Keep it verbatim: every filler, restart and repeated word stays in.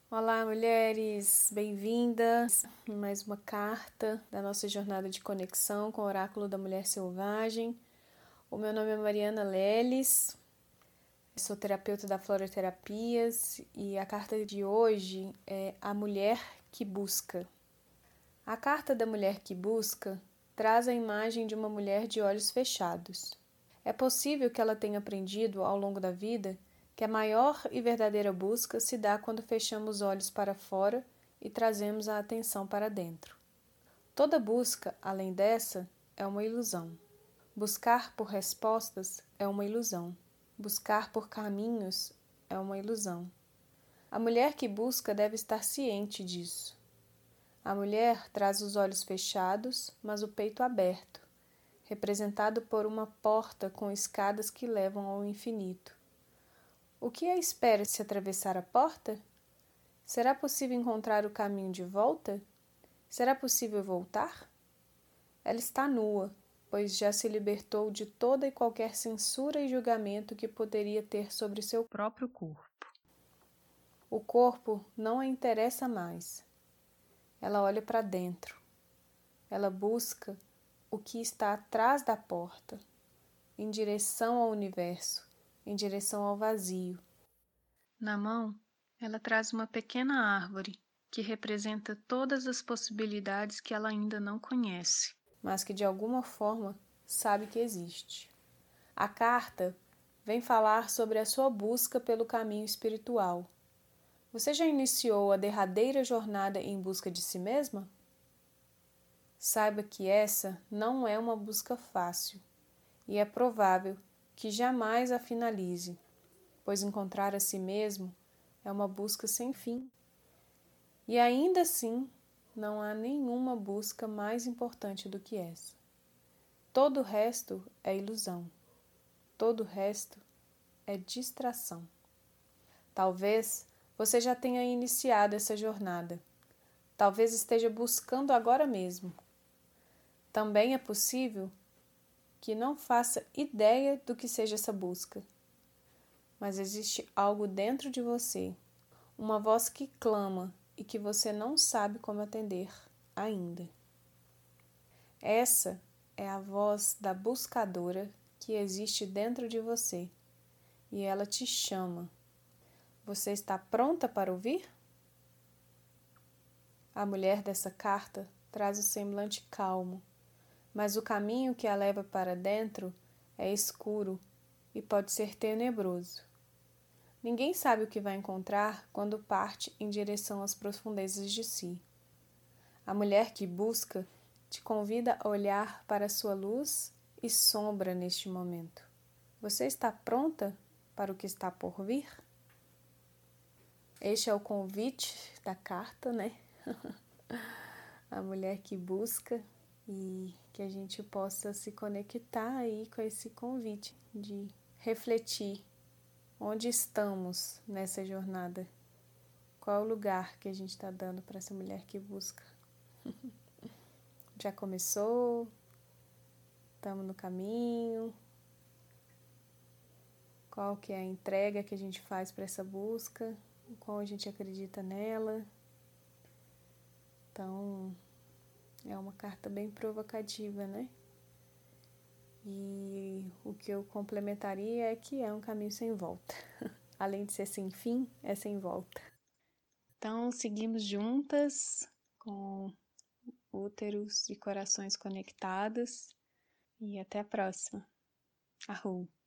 Olá, mulheres! Bem-vindas a mais uma carta da nossa jornada de conexão com o Oráculo da Mulher Selvagem. O meu nome é Mariana Leles, sou terapeuta da Floroterapias e a carta de hoje é A Mulher que Busca. A carta da Mulher que Busca traz a imagem de uma mulher de olhos fechados. É possível que ela tenha aprendido ao longo da vida que a maior e verdadeira busca se dá quando fechamos os olhos para fora e trazemos a atenção para dentro. Toda busca, além dessa, é uma ilusão. Buscar por respostas é uma ilusão. Buscar por caminhos é uma ilusão. A mulher que busca deve estar ciente disso. A mulher traz os olhos fechados, mas o peito aberto, representado por uma porta com escadas que levam ao infinito. O que a espera se atravessar a porta? Será possível encontrar o caminho de volta? Será possível voltar? Ela está nua, pois já se libertou de toda e qualquer censura e julgamento que poderia ter sobre seu próprio corpo. O corpo não a interessa mais. Ela olha para dentro. Ela busca o que está atrás da porta, em direção ao universo, em direção ao vazio. Na mão, ela traz uma pequena árvore que representa todas as possibilidades que ela ainda não conhece, mas que de alguma forma sabe que existe. A carta vem falar sobre a sua busca pelo caminho espiritual. Você já iniciou a derradeira jornada em busca de si mesma? Saiba que essa não é uma busca fácil e é provável que jamais a finalize, pois encontrar a si mesmo é uma busca sem fim. E ainda assim, não há nenhuma busca mais importante do que essa. Todo o resto é ilusão. Todo o resto é distração. Talvez você já tenha iniciado essa jornada. Talvez esteja buscando agora mesmo. Também é possível que não faça ideia do que seja essa busca. Mas existe algo dentro de você, uma voz que clama e que você não sabe como atender ainda. Essa é a voz da buscadora que existe dentro de você e ela te chama. Você está pronta para ouvir? A mulher dessa carta traz o semblante calmo, mas o caminho que a leva para dentro é escuro e pode ser tenebroso. Ninguém sabe o que vai encontrar quando parte em direção às profundezas de si. A mulher que busca te convida a olhar para a sua luz e sombra neste momento. Você está pronta para o que está por vir? Este é o convite da carta, né? A mulher que busca, e que a gente possa se conectar aí com esse convite de refletir onde estamos nessa jornada. Qual é o lugar que a gente está dando para essa mulher que busca? Já começou? Estamos no caminho? Qual que é a entrega que a gente faz para essa busca? Qual a gente acredita nela? Então, é uma carta bem provocativa, né? E o que eu complementaria é que é um caminho sem volta. Além de ser sem fim, é sem volta. Então, seguimos juntas com úteros e corações conectados. E até a próxima. Arru!